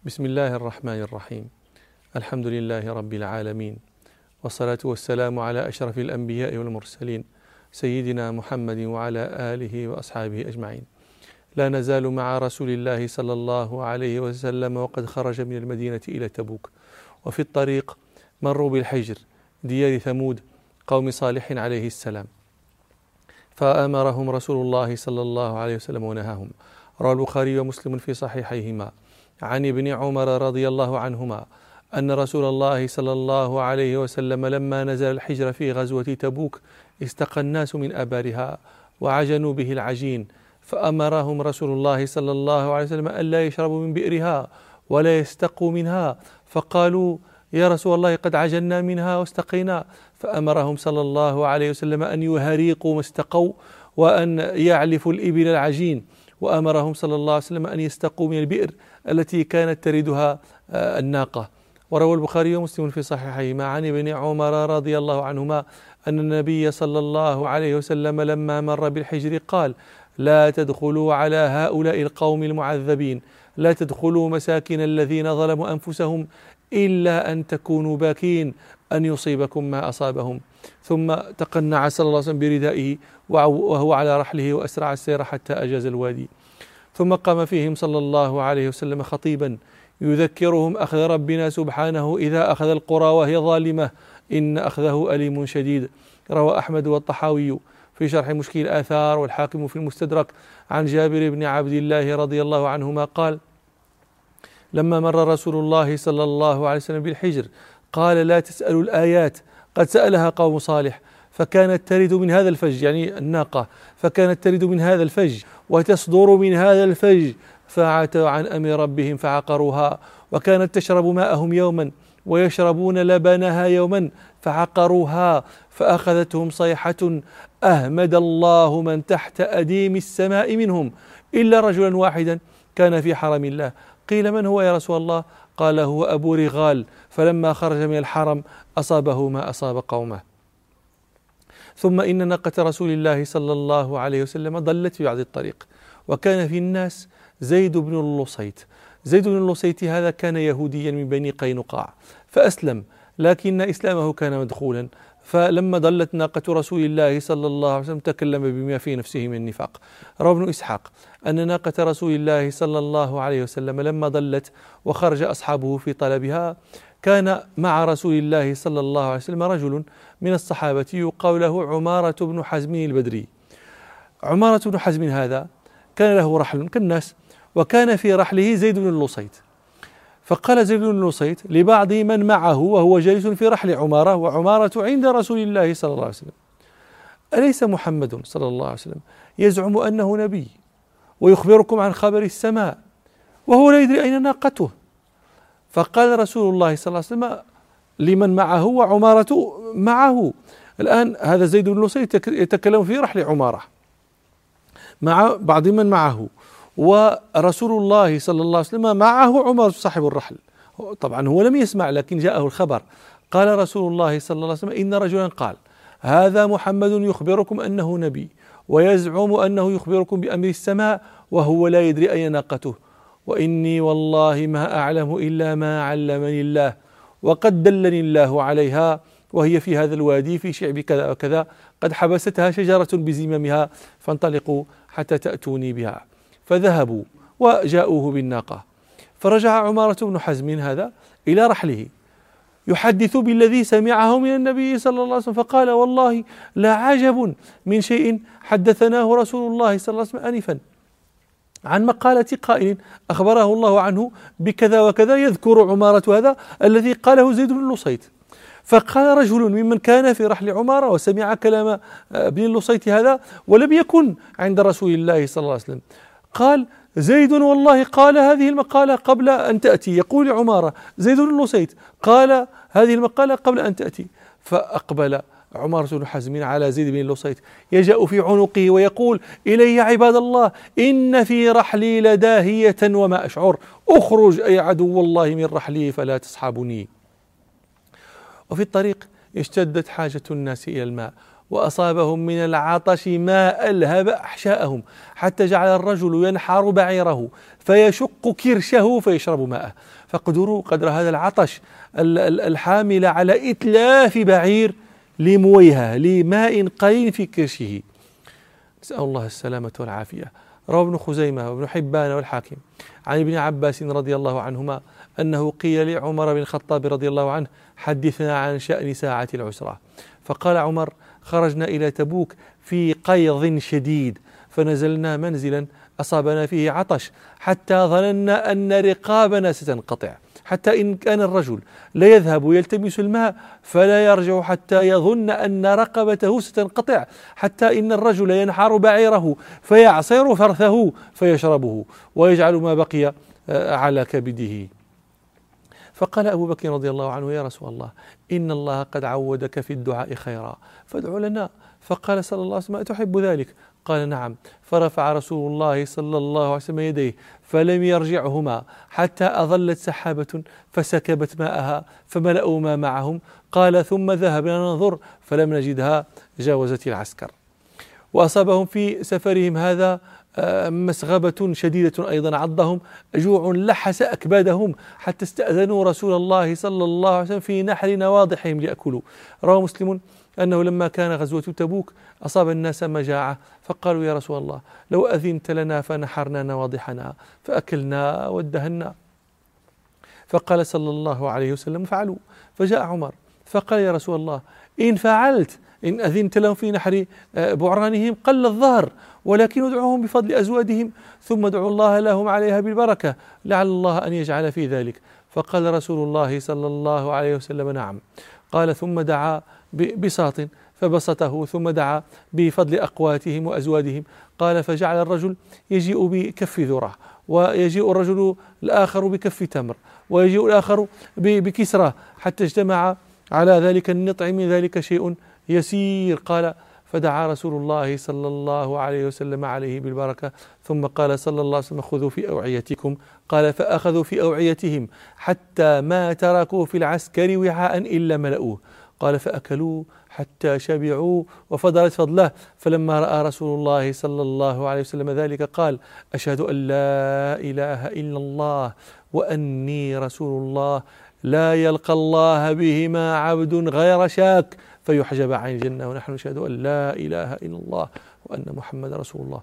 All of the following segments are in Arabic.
بسم الله الرحمن الرحيم. الحمد لله رب العالمين، والصلاة والسلام على أشرف الأنبياء والمرسلين سيدنا محمد وعلى آله وأصحابه أجمعين. لا نزال مع رسول الله صلى الله عليه وسلم وقد خرج من المدينة إلى تبوك، وفي الطريق مروا بالحجر ديار ثمود قوم صالح عليه السلام، فأمرهم رسول الله صلى الله عليه وسلم ونهاهم. روى البخاري ومسلم في صحيحيهما عن ابن عمر رضي الله عنهما أن رسول الله صلى الله عليه وسلم لما نزل الحجر في غزوة تبوك استقى الناس من أبارها وعجنوا به العجين، فأمرهم رسول الله صلى الله عليه وسلم ألا يشربوا من بئرها ولا يستقوا منها، فقالوا يا رسول الله قد عجلنا منها واستقينا، فأمرهم صلى الله عليه وسلم أن يهريقوا ما استقوا وأن يعلفوا الإبل العجين، وأمرهم صلى الله عليه وسلم أن يستقوا من البئر التي كانت تردها الناقة. وروى البخاري ومسلم في صحيحيهما عن ابن عمر رضي الله عنهما أن النبي صلى الله عليه وسلم لما مر بالحجر قال: لا تدخلوا على هؤلاء القوم المعذبين، لا تدخلوا مساكن الذين ظلموا أنفسهم إلا أن تكونوا باكين أن يصيبكم ما أصابهم. ثم تقنع صلى الله عليه وسلم بردائه وهو على رحله وأسرع السير حتى أجاز الوادي، ثم قام فيهم صلى الله عليه وسلم خطيبا يذكرهم أخذ ربنا سبحانه إذا أخذ القرى وهي ظالمة إن أخذه أليم شديد. روى أحمد والطحاوي في شرح مشكل الآثار والحاكم في المستدرك عن جابر بن عبد الله رضي الله عنهما قال: لما مر رسول الله صلى الله عليه وسلم بالحجر قال: لا تسألوا الآيات، قد سألها قوم صالح فكانت ترد من هذا الفج، يعني الناقة، فكانت ترد من هذا الفج وتصدر من هذا الفج، فعتوا عن أمر ربهم فعقروها، وكانت تشرب ماءهم يوما ويشربون لبنها يوما فعقروها، فأخذتهم صيحة أهمد الله من تحت أديم السماء منهم إلا رجلا واحدا كان في حرم الله. قيل: من هو يا رسول الله؟ قال: هو أبو رغال، فلما خرج من الحرم أصابه ما أصاب قومه. ثم إن ناقة رسول الله صلى الله عليه وسلم ضلت في بعض الطريق، وكان في الناس زيد بن اللصيت. زيد بن اللصيت هذا كان يهوديا من بني قينقاع فأسلم، لكن إسلامه كان مدخولا، فلما ضلت ناقة رسول الله صلى الله عليه وسلم تكلم بما في نفسه من النفاق. روى ابن إسحاق أن ناقة رسول الله صلى الله عليه وسلم لما ضلت وخرج أصحابه في طلبها كان مع رسول الله صلى الله عليه وسلم رجل من الصحابة يقال له عمارة بن حزم البدري. عمارة بن حزم هذا كان له رحل كالناس، وكان في رحله زيد بن اللصيت، فقال زيد بن اللصيت لبعض من معه وهو جالس في رحل عمارة وعمارة عند رسول الله صلى الله عليه وسلم: أليس محمد صلى الله عليه وسلم يزعم أنه نبي ويخبركم عن خبر السماء وهو لا يدري أين ناقته؟ فقال رسول الله صلى الله عليه وسلم لمن معه وعمارة معه. الآن هذا زيد بن اللصيت يتكلم في رحل عمارة مع بعض من معه، ورسول الله صلى الله عليه وسلم معه عمر صاحب الرحل. طبعا هو لم يسمع لكن جاءه الخبر. قال رسول الله صلى الله عليه وسلم: إن رجلا قال: هذا محمد يخبركم أنه نبي ويزعم أنه يخبركم بأمر السماء وهو لا يدري أين ناقته، وإني والله ما أعلم إلا ما علمني الله، وقد دلني الله عليها، وهي في هذا الوادي في شعب كذا وكذا، قد حبستها شجرة بزمامها، فانطلقوا حتى تأتوني بها. فذهبوا وجاءوه بالناقة، فرجع عمارة بن حزم هذا إلى رحله يحدث بالذي سمعه من النبي صلى الله عليه وسلم، فقال: والله لا عجب من شيء حدثناه رسول الله صلى الله عليه وسلم آنفا عن مقالة قائل أخبره الله عنه بكذا وكذا، يذكر عمارة هذا الذي قاله زيد بن اللصيت. فقال رجل ممن كان في رحل عمارة وسمع كلام ابن اللصيت هذا ولم يكن عند رسول الله صلى الله عليه وسلم، قال: زيد والله قال هذه المقالة قبل أن تأتي. يقول عمارة: زيد بن اللصيت قال هذه المقالة قبل أن تأتي. فأقبل عمارة بن حزم على زيد بن اللصيت يجأ في عنقه ويقول: إلي يا عباد الله، إن في رحلي لداهية وما أشعر، أخرج أي عدو الله من رحلي فلا تصحبني. وفي الطريق اشتدت حاجة الناس إلى الماء، وأصابهم من العطش ما ألهب أحشاءهم، حتى جعل الرجل ينحر بعيره فيشق كرشه فيشرب ماءه. فاقدروا قدر هذا العطش الحامل على إتلاف بعير لمويها لماء قليل في كرشه. نسأل الله السلامة والعافية. روى ابن خزيمة وابن حبان والحاكم عن ابن عباس رضي الله عنهما أنه قيل لعمر بن الخطاب رضي الله عنه: حدثنا عن شأن ساعة العسرة. فقال عمر: خرجنا إلى تبوك في قيظ شديد، فنزلنا منزلا أصابنا فيه عطش حتى ظننا أن رقابنا ستنقطع، حتى إن كان الرجل لا يذهب يلتمس الماء فلا يرجع حتى يظن أن رقبته ستنقطع، حتى إن الرجل ينحر بعيره فيعصر فرثه فيشربه ويجعل ما بقي على كبده. فقال أبو بكر رضي الله عنه: يا رسول الله، إن الله قد عودك في الدعاء خيرا فادع لنا. فقال صلى الله عليه وسلم: أتحب ذلك؟ قال: نعم. فرفع رسول الله صلى الله عليه وسلم يديه فلم يرجعهما حتى أظلت سحابة فسكبت ماءها فملأوا ما معهم. قال: ثم ذهبنا ننظر فلم نجدها جاوزت العسكر. وأصابهم في سفرهم هذا مسغبة شديدة أيضا، عضهم جوع لحس أكبادهم حتى استأذنوا رسول الله صلى الله عليه وسلم في نحر نواضحهم ليأكلوا. روى مسلم أنه لما كان غزوة تبوك أصاب الناس مجاعة، فقالوا: يا رسول الله، لو أذنت لنا فنحرنا نواضحنا فأكلنا وادهنا. فقال صلى الله عليه وسلم: فعلوا. فجاء عمر فقال: يا رسول الله، إن فعلت، إن أذنت لهم في نحر بعرانهم قل الظهر، ولكن ادعوهم بفضل أزوادهم ثم ادعوا الله لهم عليها بالبركة، لعل الله أن يجعل في ذلك. فقال رسول الله صلى الله عليه وسلم: نعم. قال: ثم دعا بساط فبسطه، ثم دعا بفضل أقواتهم وأزوادهم. قال: فجعل الرجل يجيء بكف ذرة، ويجيء الرجل الآخر بكف تمر، ويجيء الآخر بكسرة، حتى اجتمع على ذلك النطع من ذلك شيء يسير. قال: فدعا رسول الله صلى الله عليه وسلم عليه بالبركة، ثم قال صلى الله عليه وسلم: خذوا في أوعيتكم. قال: فأخذوا في أوعيتهم حتى ما تركوا في العسكر وعاء إلا ملؤوه. قال: فأكلوا حتى شبعوا وفضلت فضله. فلما رأى رسول الله صلى الله عليه وسلم ذلك قال: أشهد أن لا إله إلا الله وأني رسول الله، لا يلقى الله بهما عبد غير شاك فيحجب عن الجنة، ونحن نشهد أن لا إله إلا الله وأن محمد رسول الله.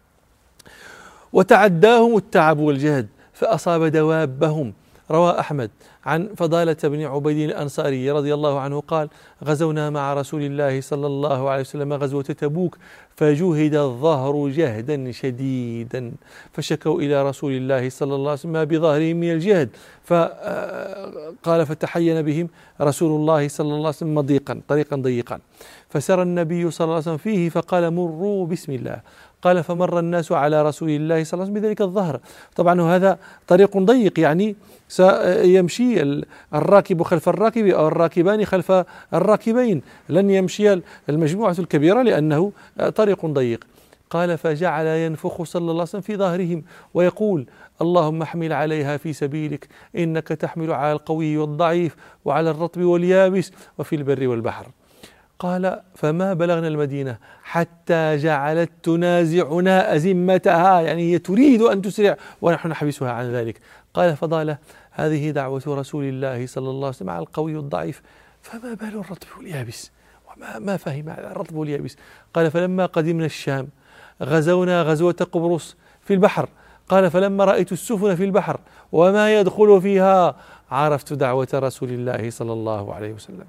وتعداهم التعب والجهد فأصاب دوابهم. روى أحمد عن فضالة بن عبيد الأنصاري رضي الله عنه قال: غزونا مع رسول الله صلى الله عليه وسلم غزوة تبوك، فجهد الظهر جهدا شديدا، فشكوا إلى رسول الله صلى الله عليه وسلم ما بظهرهم من الجهد، فقال: فتحين بهم رسول الله صلى الله عليه وسلم مضيقا، طريقا ضيقا، فسر النبي صلى الله عليه وسلم فيه فقال: مروا بسم الله. قال: فمر الناس على رسول الله صلى الله عليه وسلم بذلك الظهر. طبعا هذا طريق ضيق، يعني سيمشي الراكب خلف الراكب أو الراكبان خلف الراكبين، لن يمشي المجموعة الكبيرة لأنه طريق ضيق. قال: فجعل ينفخ صلى الله عليه وسلم في ظهرهم ويقول: اللهم احمل عليها في سبيلك، إنك تحمل على القوي والضعيف وعلى الرطب واليابس وفي البر والبحر. قال: فما بلغنا المدينة حتى جعلت تنازعنا أزمتها، يعني هي تريد أن تسرع ونحن نحبسها عن ذلك. قال فضاله: هذه دعوة رسول الله صلى الله عليه وسلم على القوي والضعيف، فما بال الرطب واليابس؟ وما فهم الرطب واليابس. قال: فلما قدمنا الشام غزونا غزوة قبرص في البحر. قال: فلما رأيت السفن في البحر وما يدخل فيها عرفت دعوة رسول الله صلى الله عليه وسلم.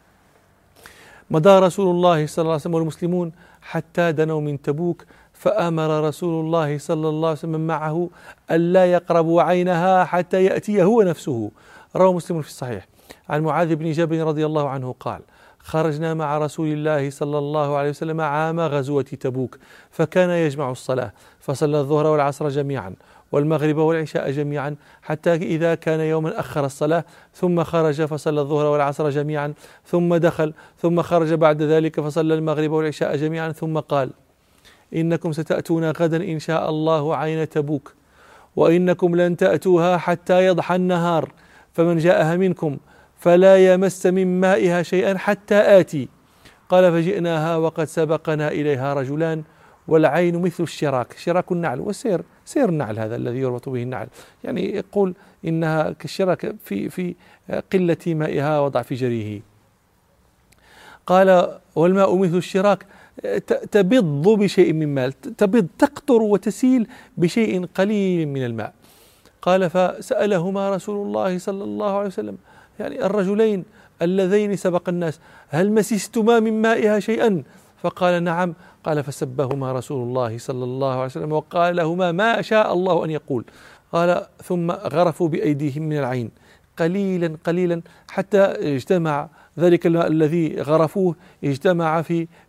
مضى رسول الله صلى الله عليه وسلم والمسلمون حتى دنوا من تبوك، فأمر رسول الله صلى الله عليه وسلم معه ألا يقربوا عينها حتى يأتي هو نفسه. رواه مسلم في الصحيح عن معاذ بن جبل رضي الله عنه قال: خرجنا مع رسول الله صلى الله عليه وسلم عام غزوة تبوك، فكان يجمع الصلاة، فصلى الظهر والعصر جميعا والمغرب والعشاء جميعا، حتى إذا كان يوما أخر الصلاة ثم خرج فصلى الظهر والعصر جميعا، ثم دخل ثم خرج بعد ذلك فصلى المغرب والعشاء جميعا، ثم قال: إنكم ستأتون غدا إن شاء الله عين تبوك، وإنكم لن تأتوها حتى يضحى النهار، فمن جاءها منكم فلا يمس من مائها شيئا حتى آتي. قال فجئناها وقد سبقنا إليها رجلان والعين مثل الشراك، شراك النعل، والسير سير النعل هذا الذي يربط به النعل، يعني يقول إنها كالشراك في قلة مائها وضعف جريه. قال والماء مثل الشراك تبض بشيء من ماء، تبض تقطر وتسيل بشيء قليل من الماء. قال فسألهما رسول الله صلى الله عليه وسلم، يعني الرجلين اللذين سبق الناس، هل مسستما من مائها شيئا؟ فقال نعم. قال فسبهما رسول الله صلى الله عليه وسلم وقال لهما ما شاء الله أن يقول. قال ثم غرفوا بأيديهم من العين قليلا قليلا حتى اجتمع ذلك الماء الذي غرفوه، اجتمع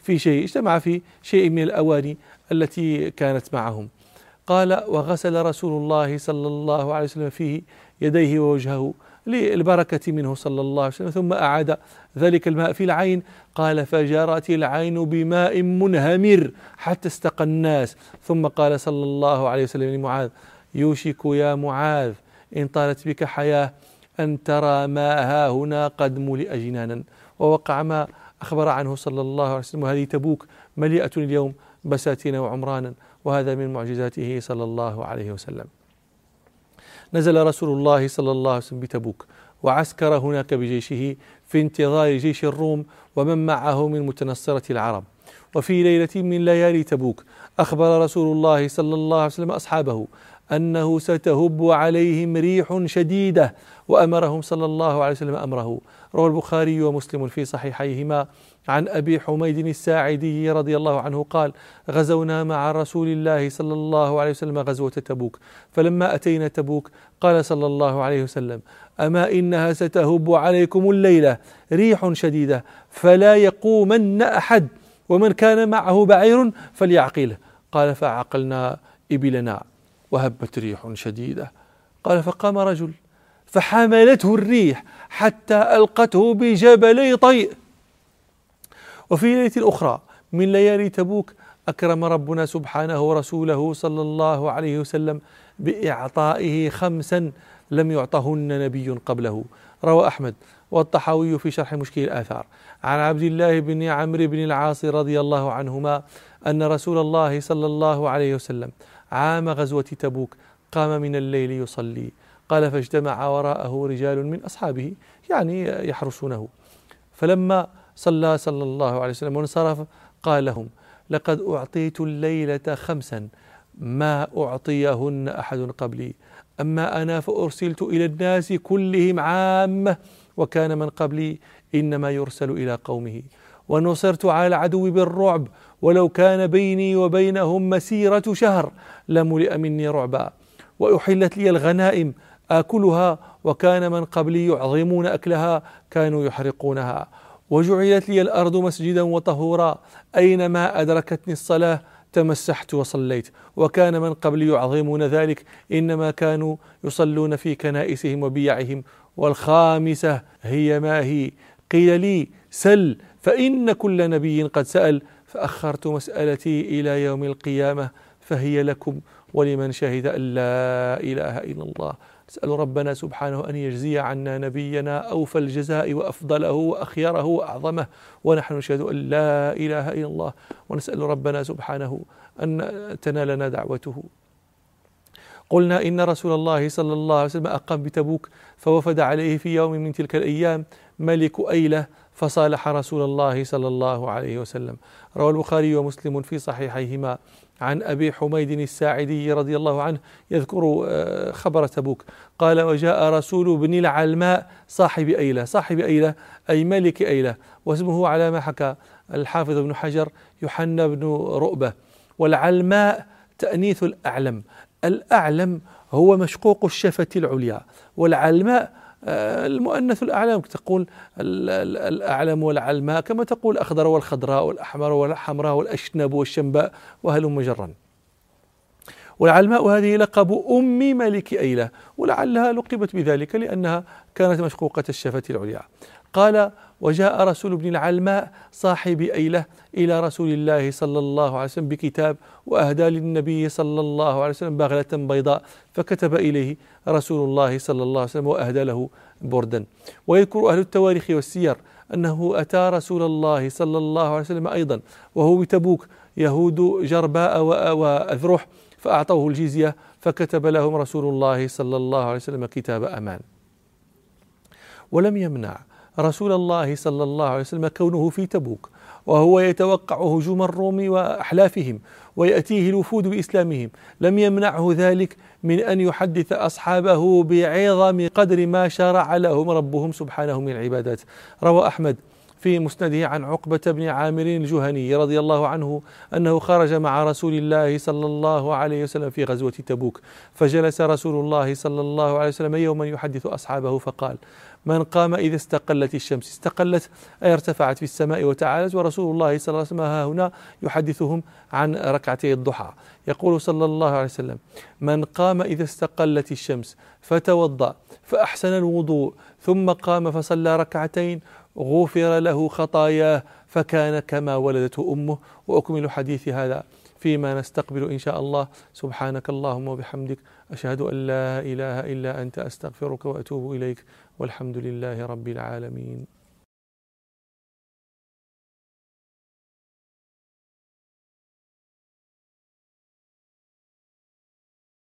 في شيء من الأواني التي كانت معهم. قال وغسل رسول الله صلى الله عليه وسلم فيه يديه ووجهه للبركة منه صلى الله عليه وسلم، ثم أعاد ذلك الماء في العين. قال فجرت العين بماء منهمر حتى استقى الناس. ثم قال صلى الله عليه وسلم لمعاذ يوشك يا معاذ إن طالت بك حياة أن ترى ما ها هنا قد ملئ جنانا. ووقع ما أخبر عنه صلى الله عليه وسلم، وهذه تبوك مليئة اليوم بساتين وعمرانا، وهذا من معجزاته صلى الله عليه وسلم. نزل رسول الله صلى الله عليه وسلم بتبوك وعسكر هناك بجيشه في انتظار جيش الروم ومن معه من متنصرة العرب. وفي ليلة من ليالي تبوك أخبر رسول الله صلى الله عليه وسلم أصحابه أنه ستهب عليهم ريح شديدة، وأمرهم صلى الله عليه وسلم أمره. روى البخاري ومسلم في صحيحيهما عن أبي حميد الساعدي رضي الله عنه قال غزونا مع رسول الله صلى الله عليه وسلم غزوة تبوك، فلما أتينا تبوك قال صلى الله عليه وسلم أما إنها ستهب عليكم الليلة ريح شديدة فلا يقومن أحد، ومن كان معه بعير فليعقله. قال فعقلنا إبلنا وهبت ريح شديدة. قال فقام رجل فحملته الريح حتى ألقته بجبلي طيء. وفي ليلة أخرى من ليالي تبوك أكرم ربنا سبحانه رسوله صلى الله عليه وسلم بإعطائه 5 لم يعطهن نبي قبله. روى أحمد والطحاوي في شرح مشكل الآثار عن عبد الله بن عمرو بن العاص رضي الله عنهما أن رسول الله صلى الله عليه وسلم عام غزوة تبوك قام من الليل يصلي. قال فاجتمع وراءه رجال من أصحابه يعني يحرسونه، فلما صلى الله عليه وسلم وانصرف قال لهم لقد أعطيت الليلة 5 ما أعطيهن أحد قبلي، أما أنا فأرسلت إلى الناس كلهم عامة، وكان من قبلي إنما يرسل إلى قومه، ونصرت على العدو بالرعب ولو كان بيني وبينهم مسيرة شهر لملئ مني رعبا، وأحلت لي الغنائم آكلها وكان من قبلي يعظمون أكلها كانوا يحرقونها، وجعلت لي الأرض مسجدا وطهورا أينما أدركتني الصلاة تمسحت وصليت، وكان من قبلي يعظمون ذلك إنما كانوا يصلون في كنائسهم وبيعهم. والخامسة هي ما هي؟ قيل لي سل فإن كل نبي قد سأل، فأخرت مسألتي إلى يوم القيامة فهي لكم ولمن شهد أن لا إله إلا الله. نسأل ربنا سبحانه أن يجزي عنا نبينا أوفى الجزاء وأفضله وأخيره وأعظمه، ونحن نشهد أن لا إله إلا الله، ونسأل ربنا سبحانه أن تنالنا دعوته. قلنا إن رسول الله صلى الله عليه وسلم أقام بتبوك، فوفد عليه في يوم من تلك الأيام ملك أيلة فصالح رسول الله صلى الله عليه وسلم. روى البخاري ومسلم في صحيحيهما عن أبي حميد الساعدي رضي الله عنه يذكر خبر تبوك قال وجاء رسول بن العلماء صاحب أيلة أي ملك أيلة، واسمه على ما حكى الحافظ ابن حجر يحنى بن رؤبة. والعلماء تأنيث الأعلم هو مشقوق الشفة العليا، والعلماء المؤنث الأعلام تقول الأعلم والعلماء، كما تقول الأخضر والخضراء والأحمر والحمراء والأشنب والشنباء وهلم جرا. والعلماء هذه لقب أم ملك أيلة، ولعلها لقبت بذلك لأنها كانت مشقوقة الشفة العليا. قال وجاء رسول بن العلماء صاحب أيلة إلى رسول الله صلى الله عليه وسلم بكتاب، وأهدى للنبي صلى الله عليه وسلم بغلة بيضاء، فكتب إليه رسول الله صلى الله عليه وسلم وأهدى له بردا. ويذكر أهل التواريخ والسير أنه أتى رسول الله صلى الله عليه وسلم أيضا وهو بتبوك يهود جرباء وأذرح، فأعطوه الجزية، فكتب لهم رسول الله صلى الله عليه وسلم كتاب أمان. ولم يمنع رسول الله صلى الله عليه وسلم كونه في تبوك وهو يتوقع هجوم الروم وأحلافهم ويأتيه الوفود بإسلامهم، لم يمنعه ذلك من أن يحدث أصحابه بعظم قدر ما شرع لهم ربهم سبحانه من العبادات. روى أحمد في مسنده عن عقبة بن عامر الجهني رضي الله عنه أنه خرج مع رسول الله صلى الله عليه وسلم في غزوة تبوك، فجلس رسول الله صلى الله عليه وسلم يوما يحدث أصحابه فقال: من قام إذا استقلت الشمس، استقلت أي ارتفعت في السماء وتعالت، ورسول الله صلى الله عليه وسلم ها هنا يحدثهم عن ركعتي الضحى. يقول صلى الله عليه وسلم: من قام إذا استقلت الشمس فتوضأ فأحسن الوضوء ثم قام فصلى ركعتين غفر له خطاياه فكان كما ولدته أمه. وأكمل حديث هذا فيما نستقبل إن شاء الله. سبحانك اللهم وبحمدك، أشهد أن لا إله إلا أنت، أستغفرك وأتوب إليك، والحمد لله رب العالمين.